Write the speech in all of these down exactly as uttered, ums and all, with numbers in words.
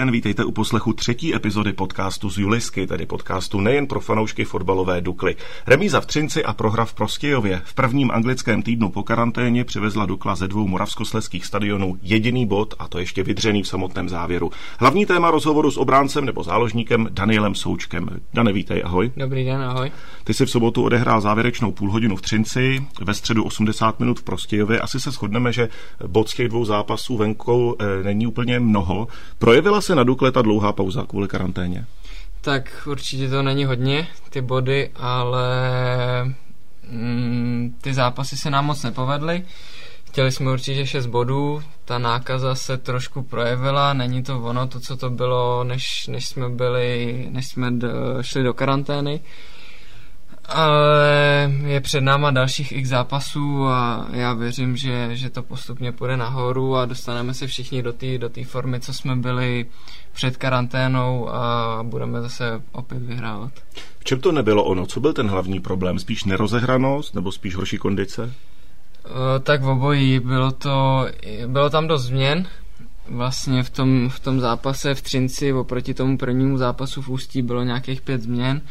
den, vítejte u poslechu třetí epizody podcastu z Julisky, tedy podcastu nejen pro fanoušky fotbalové Dukly. Remíza v Třinci a prohra v Prostějově. V prvním anglickém týdnu po karanténě přivezla Dukla ze dvou moravskoslezských stadionů jediný bod, a to ještě vydřený v samotném závěru. Hlavní téma rozhovoru s obráncem nebo záložníkem Danielem Součkem. Dane, vítej, ahoj. Dobrý den, ahoj. Ty si v sobotu odehrál závěrečnou půlhodinu v Třinci, ve středu osmdesát minut v Prostějově. Asi se shodneme, že bod z těch dvou zápasů venkou e, není úplně mnoho. Projevila se na Dukle ta dlouhá pauza kvůli karanténě? Tak určitě to není hodně, ty body, ale mm, ty zápasy se nám moc nepovedly. Chtěli jsme určitě šest bodů, ta nákaza se trošku projevila, není to ono, to, co to bylo, než, než jsme byli, než jsme do, šli do karantény. Ale je před náma dalších x zápasů a já věřím, že, že to postupně půjde nahoru a dostaneme se všichni do té do té formy, co jsme byli před karanténou a budeme zase opět vyhrávat. V čem to nebylo ono? Co byl ten hlavní problém? Spíš nerozehranost nebo spíš horší kondice? O, tak v obojí. Bylo, to, bylo tam dost změn. Vlastně v tom, v tom zápase v Třinci oproti tomu prvnímu zápasu v Ústí bylo nějakých pět změn.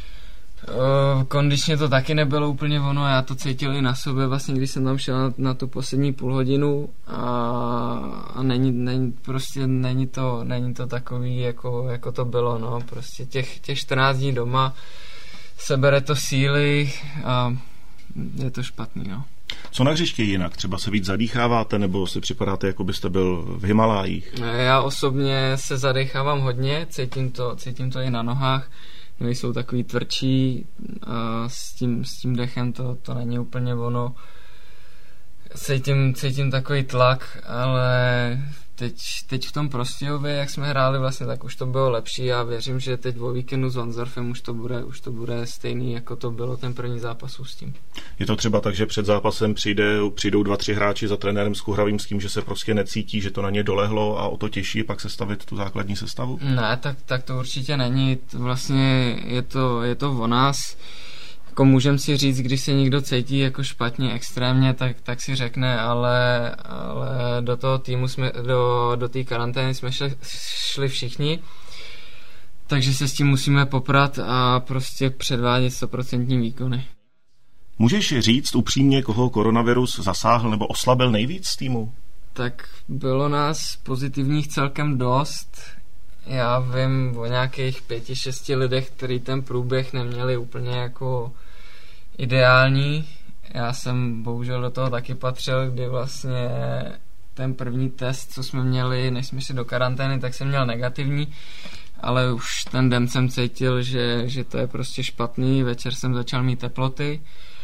Uh, kondičně to taky nebylo úplně ono, já to cítil i na sobě, vlastně když jsem tam šel na, na tu poslední půl hodinu a, a není, není, prostě není to, není to takový, jako, jako to bylo, no, prostě těch, těch čtrnáct dní doma sebere to síly a je to špatný, no. Co na hřiště jinak? Třeba se víc zadýcháváte nebo si připadáte, jako byste byl v Himalájích? Já osobně se zadýchávám hodně, cítím to, cítím to i na nohách. Nohy jsou takový tvrdší a s tím, s tím dechem to, to není úplně ono. Cítím, cítím takový tlak, ale teď, teď v tom Prostějově, jak jsme hráli vlastně, tak už to bylo lepší a věřím, že teď o víkendu s Vanzorfem už to bude, už to bude stejný, jako to bylo ten první zápas s tím. Je to třeba tak, že před zápasem přijde, přijdou dva, tři hráči za trenérem Skuhravým s tím, že se prostě necítí, že to na ně dolehlo a o to těžší pak sestavit tu základní sestavu? Ne, tak, tak to určitě není. Vlastně je to, je to o nás. Jako můžem si říct, když se někdo cítí jako špatně, extrémně, tak, tak si řekne, ale, ale do toho týmu jsme, do, do té karantény jsme šli, šli všichni, takže se s tím musíme poprat a prostě předvádět stoprocentní výkony. Můžeš říct upřímně, koho koronavirus zasáhl nebo oslabil nejvíc z týmu? Tak bylo nás pozitivních celkem dost. Já vím o nějakých pěti, šesti lidech, kteří ten průběh neměli úplně jako ideální. Já jsem bohužel do toho taky patřil, kdy vlastně ten první test, co jsme měli, než jsme šli do karantény, tak jsem měl negativní, ale už ten den jsem cítil, že, že to je prostě špatný. Večer jsem začal mít teploty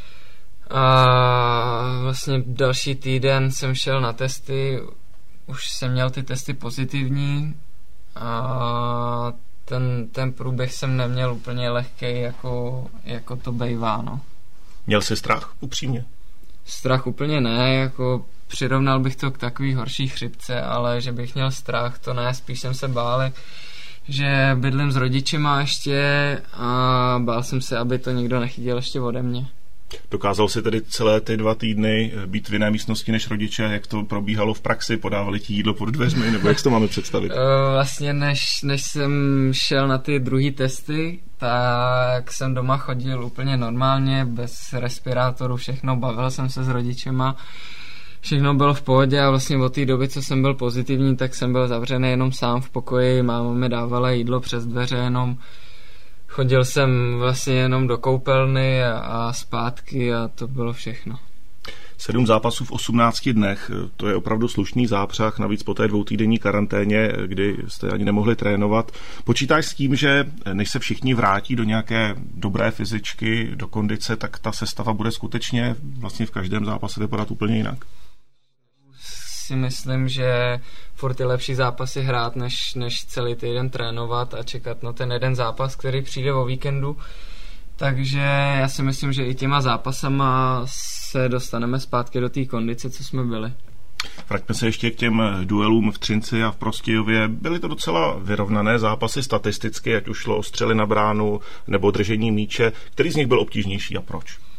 a vlastně další týden jsem šel na testy, už jsem měl ty testy pozitivní a ten, ten průběh jsem neměl úplně lehkej, jako, jako to bejvá, no. Měl jsi strach, upřímně? Strach úplně ne, jako přirovnal bych to k takový horší chřipce, ale že bych měl strach, to ne, spíš jsem se bál, že bydlím s rodičima ještě a bál jsem se, aby to nikdo nechytil ještě ode mě. Dokázal si tedy celé ty dva týdny být v jiné místnosti než rodiče? Jak to probíhalo v praxi? Podávali ti jídlo pod dveřmi? Nebo jak to máme představit? Vlastně než, než jsem šel na ty druhý testy, tak jsem doma chodil úplně normálně, bez respirátoru, všechno, bavil jsem se s rodičema, všechno bylo v pohodě a vlastně od té doby, co jsem byl pozitivní, tak jsem byl zavřený jenom sám v pokoji, máma mi dávala jídlo přes dveře jenom. Chodil jsem vlastně jenom do koupelny a, a zpátky a to bylo všechno. Sedm zápasů v osmnácti dnech, to je opravdu slušný zápřah, navíc po té dvoutýdenní karanténě, kdy jste ani nemohli trénovat. Počítáš s tím, že než se všichni vrátí do nějaké dobré fyzičky, do kondice, tak ta sestava bude skutečně vlastně v každém zápase vypadat úplně jinak? Si myslím, že furt je lepší zápasy hrát, než, než celý týden trénovat a čekat na ten jeden zápas, který přijde o víkendu. Takže já si myslím, že i těma zápasama se dostaneme zpátky do té kondice, co jsme byli. Vraťme se ještě k těm duelům v Třinci a v Prostějově. Byly to docela vyrovnané zápasy statisticky, ať už šlo o střely na bránu nebo držení míče. Který z nich byl obtížnější a proč?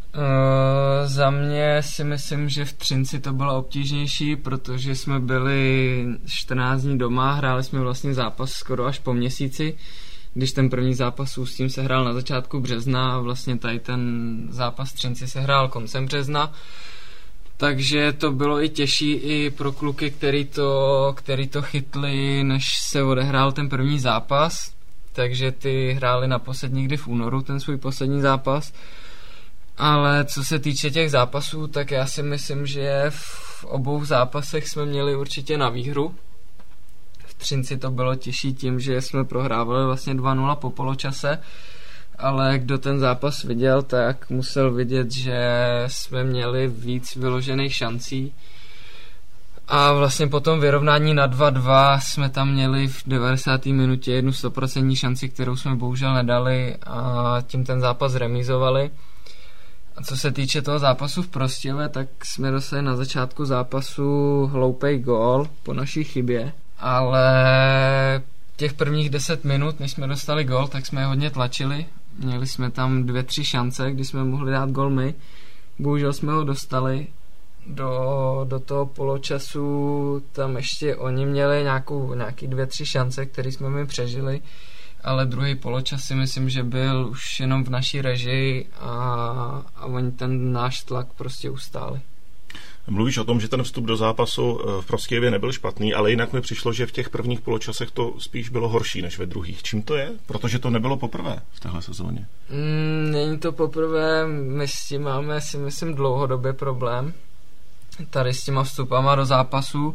Uh, za mě si myslím, že v Třinci to bylo obtížnější, protože jsme byli čtrnáct dní doma, hráli jsme vlastně zápas skoro až po měsíci, když ten první zápas s Ústím se hrál na začátku března a vlastně tady ten zápas v Třinci se hrál koncem března. Takže to bylo i těžší i pro kluky, který to, který to chytli, než se odehrál ten první zápas. Takže ty hráli naposled někdy v únoru ten svůj poslední zápas. Ale co se týče těch zápasů, tak já si myslím, že v obou zápasech jsme měli určitě na výhru. V Třinci to bylo těžší tím, že jsme prohrávali vlastně dva nula po poločase, ale kdo ten zápas viděl, tak musel vidět, že jsme měli víc vyložených šancí. A vlastně po tom vyrovnání na dva dva jsme tam měli v devadesáté minutě jednu sto procent šanci, kterou jsme bohužel nedali a tím ten zápas remízovali. A co se týče toho zápasu v Prostějově, tak jsme dostali na začátku zápasu hloupej gól po naší chybě, ale těch prvních deset minut, než jsme dostali gól, tak jsme je hodně tlačili. Měli jsme tam dvě, tři šance, kdy jsme mohli dát gól my. Bohužel jsme ho dostali. Do, do toho poločasu tam ještě oni měli nějakou, nějaký dvě, tři šance, které jsme my přežili, ale druhý poločas si myslím, že byl už jenom v naší režii a, a oni ten náš tlak prostě ustáli. Mluvíš o tom, že ten vstup do zápasu v Prostějově nebyl špatný, ale jinak mi přišlo, že v těch prvních poločasech to spíš bylo horší než ve druhých. Čím to je? Protože to nebylo poprvé v téhle sezóně. Mm, není to poprvé, my s tím máme si myslím dlouhodobě problém. Tady s těma vstupama do zápasu.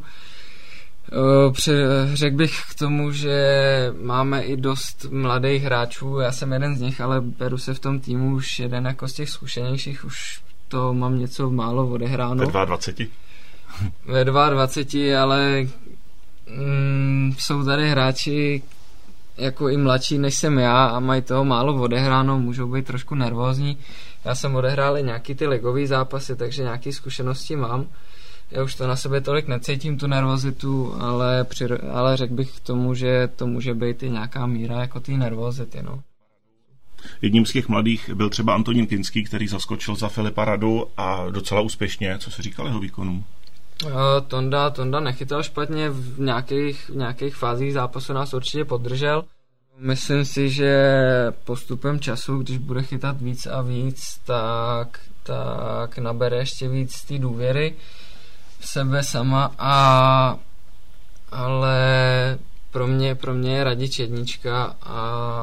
Řekl bych k tomu, že máme i dost mladých hráčů, já jsem jeden z nich, ale beru se v tom týmu už jeden jako z těch zkušenějších, už to mám něco málo odehráno. Ve dvaceti Ve dvaceti, ale mm, jsou tady hráči jako i mladší než jsem já a mají toho málo odehráno, můžou být trošku nervózní. Já jsem odehrál i nějaký ty ligový zápasy, takže nějaké zkušenosti mám. Já už to na sebe tolik necítím, tu nervozitu, ale, při, ale řekl bych k tomu, že to může být i nějaká míra jako ty nervozity. No. Jedním z těch mladých byl třeba Antonín Kinský, který zaskočil za Filipa Radu a docela úspěšně. Co se říkal jeho výkonům? Tonda, Tonda nechytal špatně, v nějakých, v nějakých fázích zápasu nás určitě podržel. Myslím si, že postupem času, když bude chytat víc a víc, tak, tak nabere ještě víc té důvěry v sebe sama, a, ale pro mě, pro mě je Radič jednička a,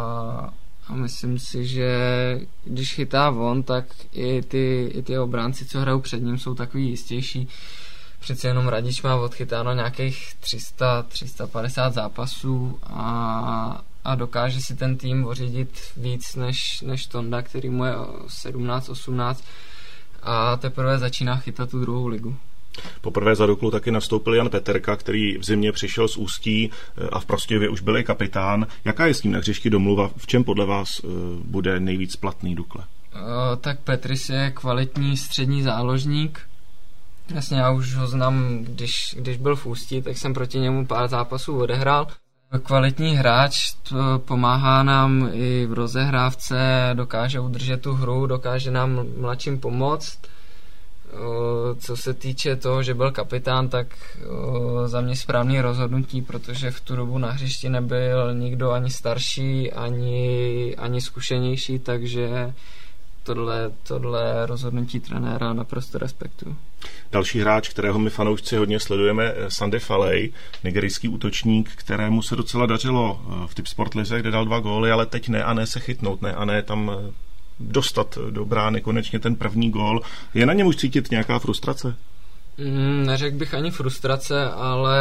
a myslím si, že když chytá on, tak i ty, i ty obránci, co hrajou před ním, jsou takový jistější. Přece jenom Radič má odchytáno nějakých tři sta, tři sta padesát zápasů a, a dokáže si ten tým ořídit víc než, než Tonda, který mu je sedmnáct osmnáct a teprve začíná chytat tu druhou ligu. Poprvé za Duklu taky nastoupil Jan Peterka, který v zimě přišel z Ústí a v Prostějově už byl kapitán. Jaká je s tím na hřišti domluva? V čem podle vás bude nejvíc platný Dukle? O, tak Petris je kvalitní střední záložník. Jasně, já už ho znám, když, když byl v Ústí, tak jsem proti němu pár zápasů odehrál. Kvalitní hráč, to pomáhá nám i v rozehrávce, dokáže udržet tu hru, dokáže nám mladším pomoct. Co se týče toho, že byl kapitán, tak za mě správný rozhodnutí, protože v tu dobu na hřišti nebyl nikdo ani starší, ani, ani zkušenější, takže tohle, tohle rozhodnutí trenéra naprosto respektuju. Další hráč, kterého my fanoušci hodně sledujeme, Sandy Falej, nigerijský útočník, kterému se docela dařilo v Tipsport lize, kde dal dva góly, ale teď ne a ne se chytnout, ne a ne tam dostat do brány konečně ten první gól. Je na něm už cítit nějaká frustrace? Mm, neřekl bych ani frustrace, ale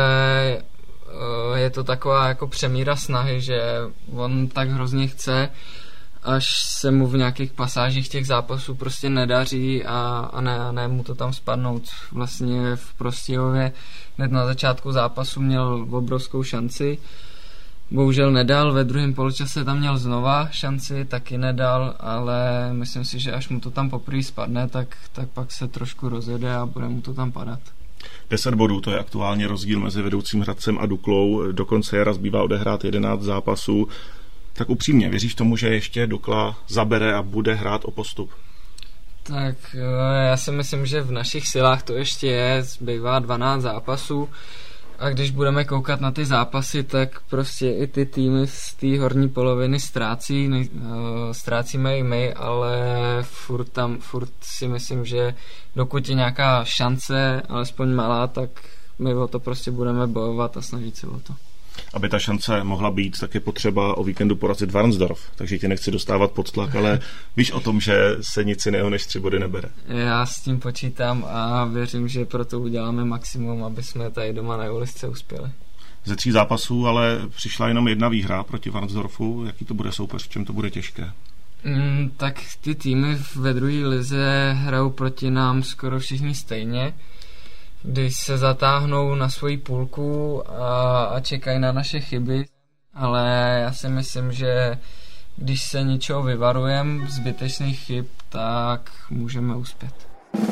je to taková jako přemíra snahy, že on tak hrozně chce, až se mu v nějakých pasážích těch zápasů prostě nedaří a, a, ne, a ne mu to tam spadnout. Vlastně v Prostějově hned na začátku zápasu měl obrovskou šanci, bohužel nedal, ve druhém poločase tam měl znova šanci, taky nedal, ale myslím si, že až mu to tam poprvé spadne, tak, tak pak se trošku rozjede a bude mu to tam padat. Deset bodů, to je aktuálně rozdíl mezi vedoucím Hradcem a Duklou, do konce jara zbývá odehrát jedenáct zápasů. Tak upřímně, věříš tomu, že ještě Dukla zabere a bude hrát o postup? Tak já si myslím, že v našich silách to ještě je, zbývá dvanáct zápasů a když budeme koukat na ty zápasy, tak prostě i ty týmy z té horní poloviny ztrácí, ne, uh, ztrácíme i my, ale furt tam, furt si myslím, že dokud je nějaká šance, alespoň malá, tak my o to prostě budeme bojovat a snažit se o to. Aby ta šance mohla být, tak je potřeba o víkendu porazit Varnsdorf, takže tě nechci dostávat pod tlak, ale víš o tom, že se nic jiného než tři body nebere. Já s tím počítám a věřím, že proto uděláme maximum, aby jsme tady doma na Julisce uspěli. Ze tří zápasů ale přišla jenom jedna výhra proti Varnsdorfu. Jaký to bude soupeř, v čem to bude těžké? Mm, tak ty týmy ve druhé lize hrajou proti nám skoro všichni stejně, když se zatáhnou na svoji půlku a, a čekají na naše chyby, ale já si myslím, že když se ničeho vyvarujeme, zbytečných chyb, tak můžeme uspět.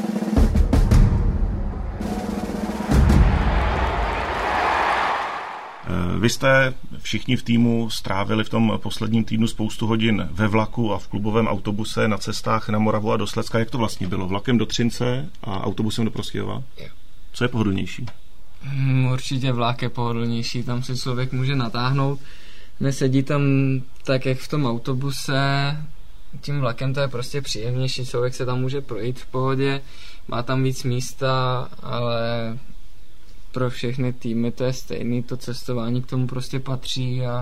Vy jste všichni v týmu strávili v tom posledním týdnu spoustu hodin ve vlaku a v klubovém autobuse na cestách na Moravu a do Slezska. Jak to vlastně bylo? Vlakem do Třince a autobusem do Prostějova? Jo. Co je pohodlnější? Hmm, určitě vlak je pohodlnější, tam si člověk může natáhnout. Nesedí tam tak, jak v tom autobuse. Tím vlakem to je prostě příjemnější, člověk se tam může projít v pohodě, má tam víc místa, ale pro všechny týmy to je stejný, to cestování k tomu prostě patří a,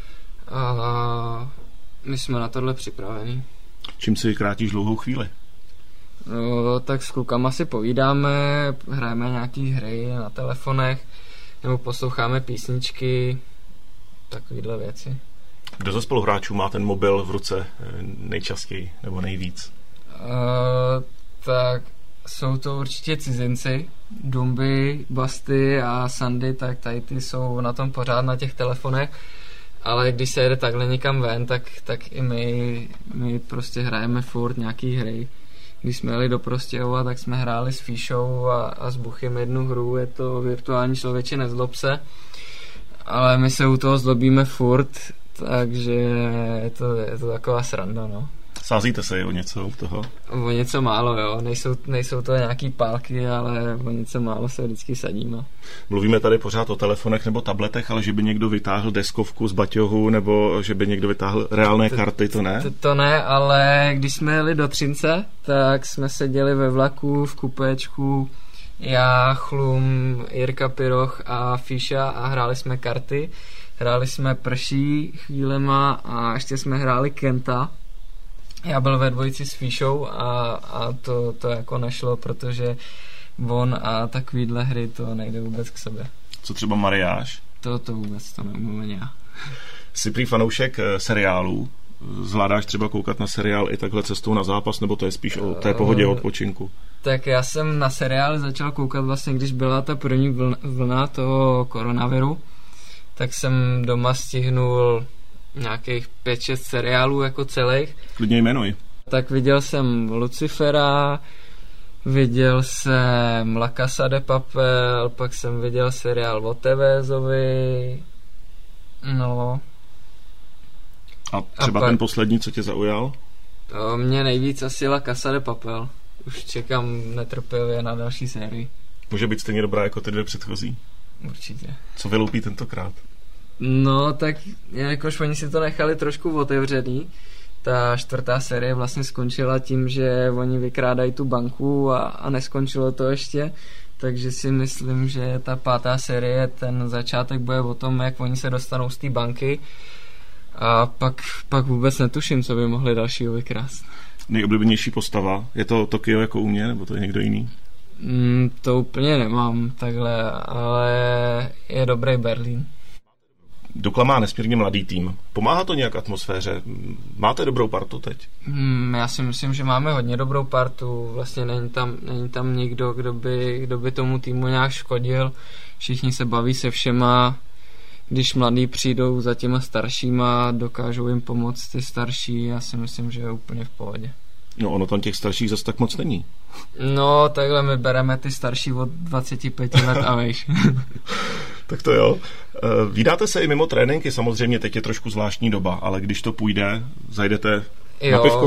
a my jsme na tohle připraveni. Čím si krátíš dlouhou chvíli? No, tak s klukama si povídáme, hrajeme nějaký hry na telefonech, nebo posloucháme písničky, takovýhle věci. Kdo ze spoluhráčů má ten mobil v ruce nejčastěji nebo nejvíc? Uh, tak jsou to určitě cizinci, Dumby, Basty a Sandy, tak tady ty jsou na tom pořád na těch telefonech, ale když se jede takhle někam ven, tak, tak i my, my prostě hrajeme furt nějaký hry. Když jsme jeli do Prostějova, tak jsme hráli s Fíšou a, a s Buchym jednu hru, je to virtuální člověče nezlob se, ale my se u toho zlobíme furt, takže je to, je to taková sranda, no. Sázíte se o něco u toho? O něco málo, jo. Nejsou, nejsou to nějaký pálky, ale o něco málo se vždycky sadíme. Mluvíme tady pořád o telefonech nebo tabletech, ale že by někdo vytáhl deskovku z baťohu nebo že by někdo vytáhl reálné to, karty, to ne? To, to ne, ale když jsme jeli do Třince, tak jsme seděli ve vlaku v kupéčku já, Chlum, Jirka Piroch a Fíša a hráli jsme karty. Hráli jsme prší chvílema a ještě jsme hráli Kenta. Já byl ve dvojici s Fíšou a, a to, to jako nešlo, protože on a takovýhle hry to nejde vůbec k sobě. Co třeba mariáž? To, to vůbec to neumím já. Jsi prý fanoušek seriálů? Zvládáš třeba koukat na seriál i takhle cestou na zápas, nebo to je spíš o té pohodě uh, odpočinku? Tak já jsem na seriály začal koukat vlastně, když byla ta první vlna, vlna toho koronaviru, tak jsem doma stihnul nějakých pět šest seriálů jako celých. Klidně jmenuj. Tak viděl jsem Lucifera, viděl jsem La Casa de Papel, pak jsem viděl seriál o Tevézovi, no. A třeba a pak, ten poslední, co tě zaujal? To mě nejvíc asi La Casa de Papel. Už čekám netrpělivě na další sérii. Může být stejně dobrá jako ty dvě předchozí? Určitě. Co vyloupí tentokrát? No, tak jakož oni si to nechali trošku otevřený. Ta čtvrtá série vlastně skončila tím, že oni vykrádají tu banku a, a neskončilo to ještě. Takže si myslím, že ta pátá série, ten začátek bude o tom, jak oni se dostanou z té banky. A pak, pak vůbec netuším, co by mohli dalšího vykrást. Nejoblíbenější postava? Je to Tokio jako u mě, nebo to je někdo jiný? Mm, to úplně nemám takhle, ale je dobrý Berlín. Dukla má nesmírně mladý tým. Pomáhá to nějak atmosféře? Máte dobrou partu teď? Hmm, já si myslím, že máme hodně dobrou partu. Vlastně není tam, není tam nikdo, kdo by, kdo by tomu týmu nějak škodil. Všichni se baví se všema. Když mladí přijdou za těma staršíma, dokážou jim pomoct ty starší. Já si myslím, že je úplně v pohodě. No ono tam těch starších zase tak moc není. No, takhle my bereme ty starší od dvacet pět let a vejš. Tak to jo. Vídáte se i mimo tréninky, samozřejmě teď je trošku zvláštní doba, ale když to půjde, zajdete jo, na pivko?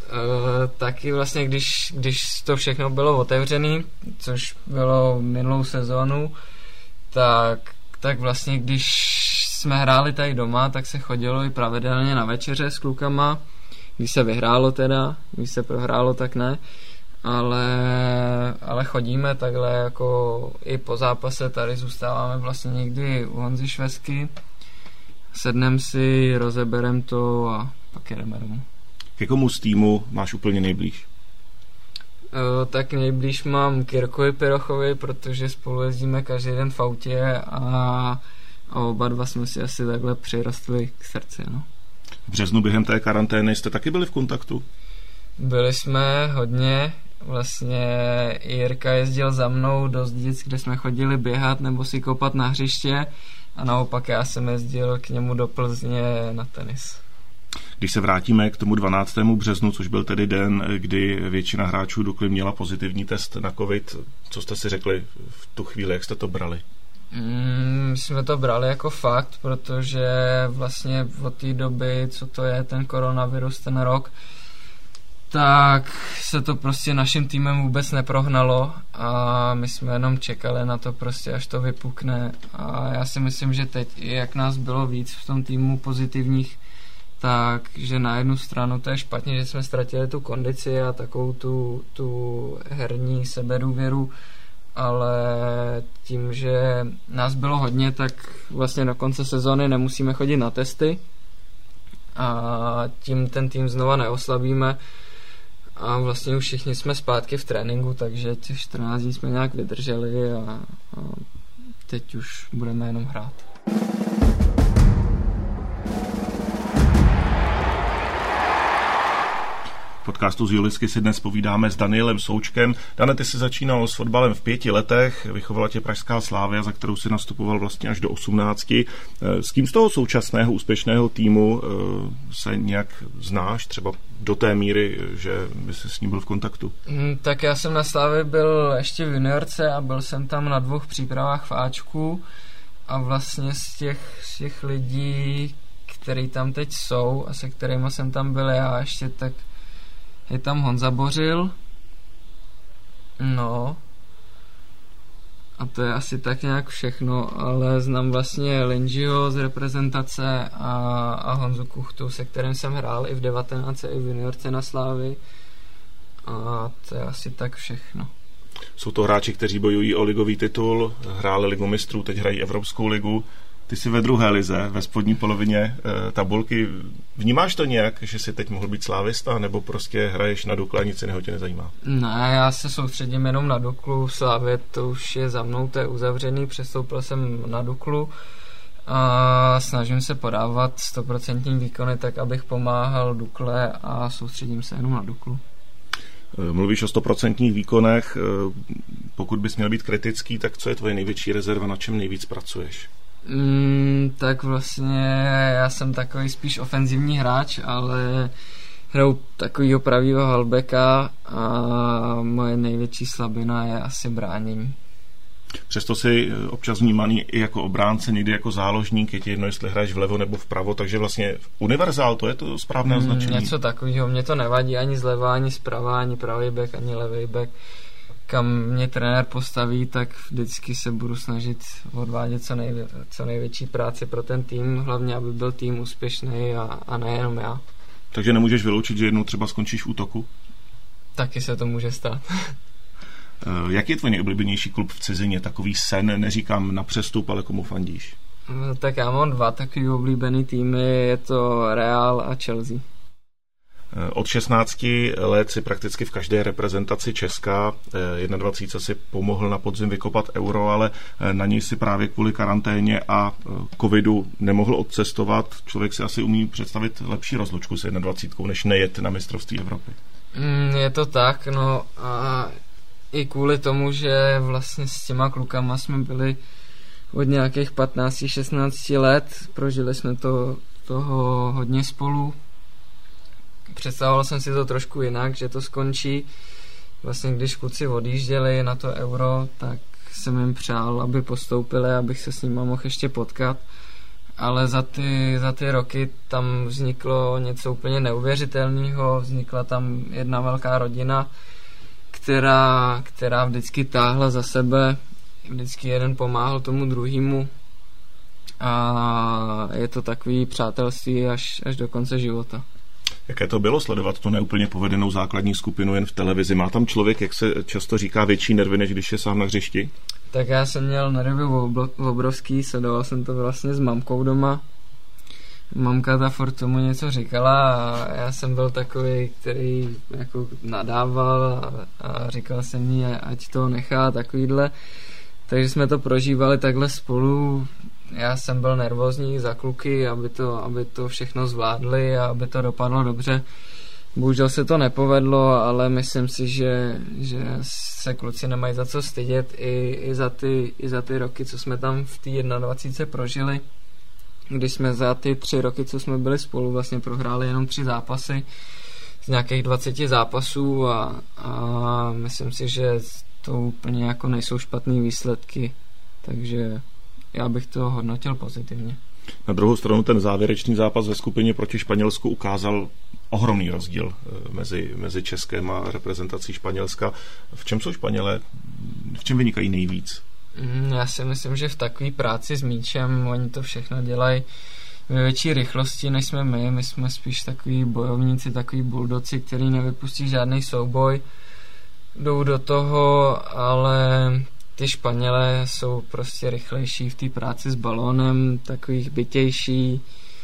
taky vlastně, když, když to všechno bylo otevřené, což bylo minulou sezónu, tak, tak vlastně, když jsme hráli tady doma, tak se chodilo i pravidelně na večeře s klukama, když se vyhrálo teda, když se prohrálo, tak ne, ale, ale chodíme takhle jako i po zápase, tady zůstáváme vlastně někdy u Honzy Švesky, sedneme si, rozeberem to a pak jedeme domů. Ke komu z týmu máš úplně nejblíž? O, tak nejblíž mám Kirkovi Pirochovi, protože spolu jezdíme každý den v autě a, a oba dva jsme si asi takhle přirostli k srdci. No. V březnu během té karantény jste taky byli v kontaktu? Byli jsme hodně. Vlastně Jirka jezdil za mnou do Zdic, kde jsme chodili běhat nebo si kopat na hřiště a naopak já jsem jezdil k němu do Plzně na tenis. Když se vrátíme k tomu dvanáctému březnu, což byl tedy den, kdy většina hráčů Dukly měla pozitivní test na covid, co jste si řekli v tu chvíli, jak jste to brali? Mm, my jsme to brali jako fakt, protože vlastně od té doby, co to je ten koronavirus, ten rok, tak se to prostě naším týmem vůbec neprohnalo a my jsme jenom čekali na to prostě, až to vypukne a já si myslím, že teď, jak nás bylo víc v tom týmu pozitivních, takže na jednu stranu to je špatně, že jsme ztratili tu kondici a takovou tu, tu herní sebedůvěru, ale tím, že nás bylo hodně, tak vlastně do konce sezóny nemusíme chodit na testy a tím ten tým znova neoslabíme a vlastně už všichni jsme zpátky v tréninku, takže těch čtrnáct dní jsme nějak vydrželi a, a teď už budeme jenom hrát. V podcastu z Julisky si dnes povídáme s Danielem Součkem. Dane, ty jsi začínal s fotbalem v pěti letech, vychovala tě pražská Slavia, za kterou si nastupoval vlastně až do osmnácti. S kým z toho současného úspěšného týmu se nějak znáš, třeba do té míry, že by jsi s ním byl v kontaktu? Tak já jsem na Slavii byl ještě v juniorce a byl jsem tam na dvou přípravách v Ačku a vlastně z těch, z těch lidí, který tam teď jsou a se kterými jsem tam byl já ještě, tak je tam Honza Bořil, no a to je asi tak nějak všechno, ale znám vlastně Linjiho z reprezentace a, a Honzu Kuchtu, se kterým jsem hrál i v devatenáctce, i v juniorce na Slávii a to je asi tak všechno. Jsou to hráči, kteří bojují o ligový titul, hráli ligu mistrů, teď hrají Evropskou ligu. Ty jsi ve druhé lize, ve spodní polovině e, tabulky. Vnímáš to nějak, že jsi teď mohl být slávista, nebo prostě hraješ na Dukle a nic jiného tě nezajímá? Ne, já se soustředím jenom na Duklu. Slávě to už je za mnou, to je uzavřený, přestoupil jsem na Duklu a snažím se podávat stoprocentní výkony tak, abych pomáhal Dukle a soustředím se jenom na Duklu. Mluvíš o stoprocentních výkonech, pokud bys měl být kritický, tak co je tvoje největší rezerva, na čem nejvíc pracuješ? Mm, tak vlastně já jsem takový spíš ofenzivní hráč, ale hraju takovýho pravýho halbeka a moje největší slabina je asi bránění. Přesto si občas vnímaný i jako obránce, někdy jako záložník, je ti jedno, jestli hraješ vlevo nebo vpravo, takže vlastně univerzál, to je to správné označení. Mm, něco takového, mě to nevadí ani zleva, ani zprava, ani pravý back, ani levý back. Kam mě trenér postaví, tak vždycky se budu snažit odvádět co, nejvě, co největší práci pro ten tým, hlavně aby byl tým úspěšný a, a nejenom já. Takže nemůžeš vyloučit, že jednou třeba skončíš v útoku? Taky se to může stát. Jaký je tvůj nejoblíbenější klub v cizině? Takový sen, neříkám na přestup, ale komu fandíš? Tak já mám dva takový oblíbený týmy, je to Real a Chelsea. Od šestnácti let si prakticky v každé reprezentaci Česka, dvacet jedna si pomohl na podzim vykopat Euro, ale na něj si právě kvůli karanténě a covidu nemohl odcestovat. Člověk si asi umí představit lepší rozlučku s dvacet jedna než nejet na mistrovství Evropy. Mm, je to tak, no a i kvůli tomu, že vlastně s těma klukama jsme byli od nějakých patnáct šestnáct let, prožili jsme to, toho hodně spolu. Představoval jsem si to trošku jinak, že to skončí. Vlastně když kluci odjížděli na to Euro, tak jsem jim přál, aby postoupili, abych se s nimi mohl ještě potkat. ale za ty, za ty roky tam vzniklo něco úplně neuvěřitelného, vznikla tam jedna velká rodina, která, která vždycky táhla za sebe, vždycky jeden pomáhal tomu druhému a je to takový přátelství až, až do konce života. Jaké to bylo sledovat tu neúplně povedenou základní skupinu jen v televizi? Má tam člověk, jak se často říká, větší nervy, než když je sám na hřišti? Tak já jsem měl nervy obrovský, sledoval jsem to vlastně s mamkou doma. Mamka ta furt tomu něco říkala a já jsem byl takový, který jako nadával a, a říkal jsem jí, ať to nechá takovýhle. Takže jsme to prožívali takhle spolu. Já jsem byl nervózní za kluky, aby to, aby to všechno zvládli a aby to dopadlo dobře. Bohužel se to nepovedlo, ale myslím si, že, že se kluci nemají za co stydět i, i, za ty, i za ty roky, co jsme tam v té dvacítce jedna prožili. Když jsme za ty tři roky, co jsme byli spolu, vlastně prohráli jenom tři zápasy z nějakých dvaceti zápasů a, a myslím si, že to úplně jako nejsou špatný výsledky, takže já bych to hodnotil pozitivně. Na druhou stranu ten závěrečný zápas ve skupině proti Španělsku ukázal ohromný rozdíl mezi, mezi Českem a reprezentací Španělska. V čem jsou Španělé, v čem vynikají nejvíc? Já si myslím, že v takové práci s míčem oni to všechno dělají ve větší rychlosti, než jsme my. My jsme spíš takový bojovníci, takový buldoci, který nevypustí žádný souboj. Jdou do toho, ale ty Španělé jsou prostě rychlejší v té práci s balónem, takových bytější.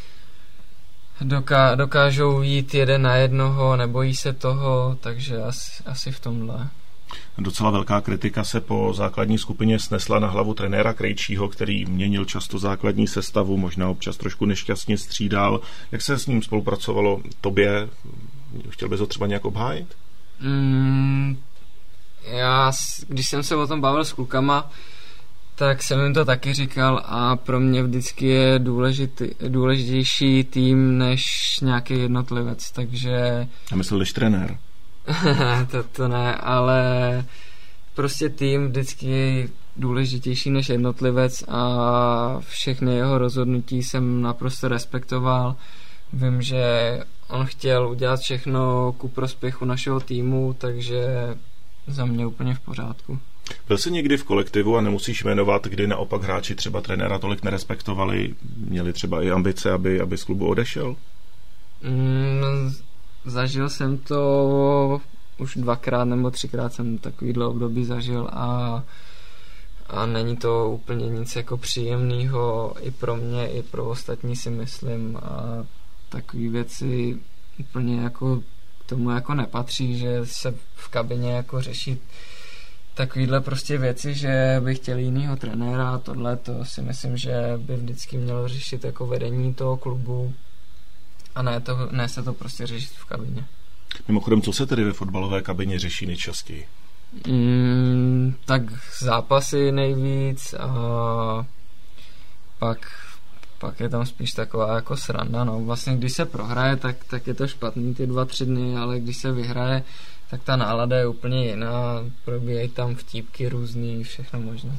Doká- dokážou jít jeden na jednoho, nebojí se toho, takže asi, asi v tomhle. Docela velká kritika se po základní skupině snesla na hlavu trenéra Krejčího, který měnil často základní sestavu, možná občas trošku nešťastně střídal. Jak se s ním spolupracovalo tobě? Chtěl bys ho třeba nějak obhájit? Mm, já, když jsem se o tom bavil s klukama, tak jsem jim to taky říkal a pro mě vždycky je důležitý, důležitější tým než nějaký jednotlivec, takže... Já myslel, než trenér. to, to ne, ale prostě tým vždycky je důležitější než jednotlivec a všechny jeho rozhodnutí jsem naprosto respektoval. Vím, že on chtěl udělat všechno ku prospěchu našeho týmu, takže za mě úplně v pořádku. Byl jsi někdy v kolektivu a nemusíš jmenovat, kdy naopak hráči třeba trenéra tolik nerespektovali, měli třeba i ambice, aby, aby z klubu odešel? Mm, zažil jsem to už dvakrát nebo třikrát jsem takovýhle období zažil a, a není to úplně nic jako příjemného i pro mě, i pro ostatní si myslím a takové věci úplně jako k tomu jako nepatří, že se v kabině jako řešit takovýhle prostě věci, že by chtěli jinýho trenéra a tohle, to si myslím, že by vždycky mělo řešit jako vedení toho klubu a ne, to, ne se to prostě řešit v kabině. Mimochodem, co se tedy ve fotbalové kabině řeší nejčastěji? Mm, tak zápasy nejvíc a pak, pak je tam spíš taková jako sranda. No. Vlastně když se prohraje, tak, tak je to špatný ty dva, tři dny, ale když se vyhraje, tak ta nálada je úplně jiná. Probíhají tam vtípky různý, všechno možné.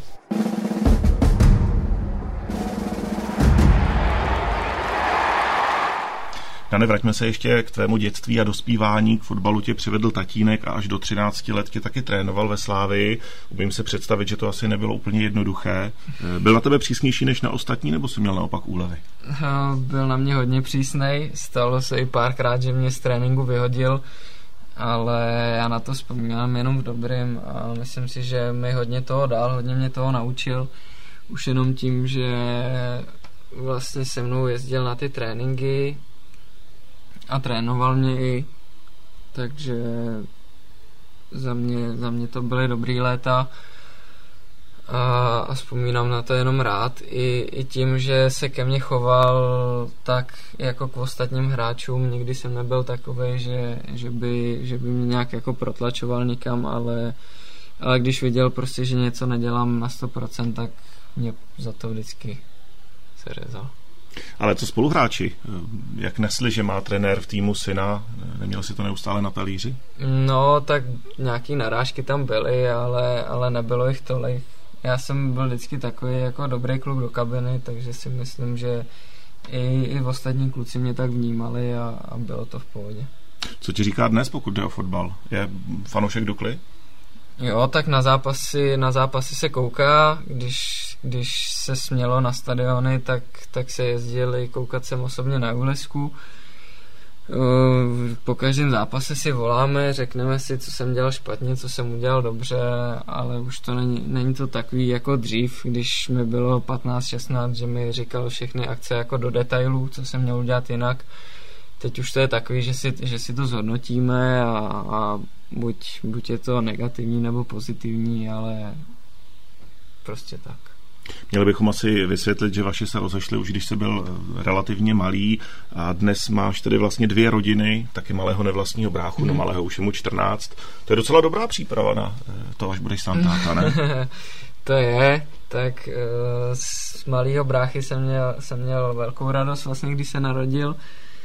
Dane, vraťme se ještě k tvému dětství a dospívání. K fotbalu tě přivedl tatínek a až do třinácti let tě taky trénoval ve Slávii. Umím se představit, že to asi nebylo úplně jednoduché. Byl na tebe přísnější než na ostatní, nebo jsi měl naopak úlevy? Byl na mě hodně přísnej. Stalo se i párkrát, že mě z tréninku vyhodil, ale já na to vzpomínám jenom v dobrým a myslím si, že mi hodně toho dal, hodně mě toho naučil. Už jenom tím, že vlastně se mnou jezdil na ty tréninky a trénoval mě i, takže za mě, za mě to byly dobrý léta a, a vzpomínám na to jenom rád i, i tím, že se ke mně choval tak jako k ostatním hráčům, nikdy jsem nebyl takovej, že, že, by, že by mě nějak jako protlačoval nikam, ale, ale když viděl prostě, že něco nedělám na sto procent, tak mě za to vždycky se řezal. Ale co spoluhráči? Jak nesli, že má trenér v týmu syna? Neměl si to neustále na talíři? No, tak nějaký narážky tam byly, ale, ale nebylo jich tolik. já jsem byl vždycky takový jako dobrý kluk do kabiny, takže si myslím, že i, i ostatní kluci mě tak vnímali a, a bylo to v pohodě. Co ti říká dnes, pokud jde o fotbal? Je fanoušek Dukly? Jo, tak na zápasy, na zápasy se kouká, když, když se smělo na stadiony, tak, tak se jezdili koukat sem osobně na Julesku. Po každém zápase si voláme, řekneme si, co jsem dělal špatně, co jsem udělal dobře, ale už to není, není to takový jako dřív, když mi bylo patnáct šestnáct, že mi říkal všechny akce jako do detailů, co jsem měl udělat jinak. Teď už to je takový, že si, že si to zhodnotíme a, a buď, buď je to negativní nebo pozitivní, ale prostě tak. Měli bychom asi vysvětlit, že vaši se rozešli už, když jsi byl relativně malý a dnes máš tedy vlastně dvě rodiny, taky malého nevlastního bráchu, hmm. no malého už je mu čtrnáct. To je docela dobrá příprava na to, až budeš sám táta, ne? To je, tak z malého bráchy jsem měl, jsem měl velkou radost vlastně, když se narodil.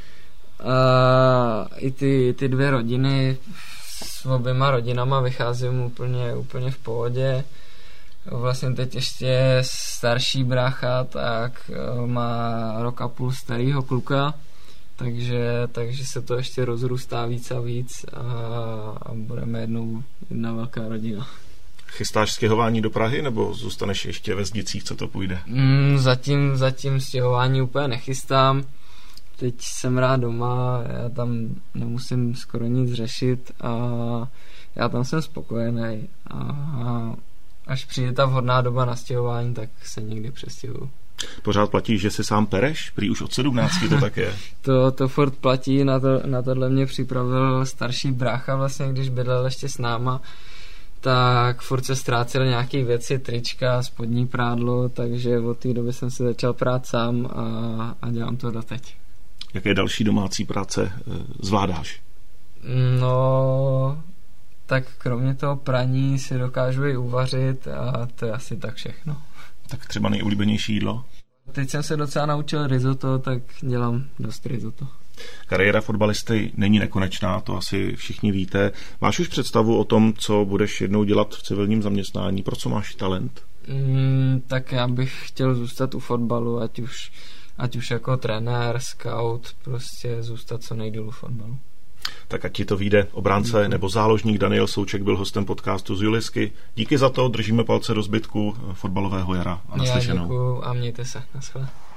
A i ty, ty dvě rodiny s oběma rodinama vycházím úplně, úplně v pohodě. Vlastně teď ještě starší brácha, tak má rok a půl starýho kluka, takže, takže se to ještě rozrůstá víc a víc a, a budeme jednou jedna velká rodina. Chystáš stěhování do Prahy, nebo zůstaneš ještě ve Zdicích, co to půjde? Mm, zatím, zatím stěhování úplně nechystám. Teď jsem rád doma, já tam nemusím skoro nic řešit a já tam jsem spokojený a až přijde ta vhodná doba na stěhování, tak se někdy přestěhuju. Pořád platí, že si sám pereš? Prý už od sedmnácti to tak je. to, to furt platí, na, to, na tohle mě připravil starší brácha vlastně, když bydlel ještě s náma, tak furt se ztrácely nějaké věci, trička, spodní prádlo, takže od té doby jsem si začal prát sám a, a dělám to doteď. Jaké další domácí práce zvládáš? No, tak kromě toho praní si dokážu i uvařit a to je asi tak všechno. Tak třeba nejoblíbenější jídlo? Teď jsem se docela naučil risotto, tak dělám dost risotto. Kariéra fotbalisty není nekonečná, to asi všichni víte. Máš už představu o tom, co budeš jednou dělat v civilním zaměstnání? Pro co máš talent? Mm, tak já bych chtěl zůstat u fotbalu, ať už, ať už jako trenér, scout, prostě zůstat co nejdýl u fotbalu. Tak ať ti to vyjde. Obránce Díky. Nebo záložník Daniel Souček byl hostem podcastu z Julisky. Díky za to, držíme palce do zbytku fotbalového jara a naslyšenou. Já děkuju a mějte se. Naschle.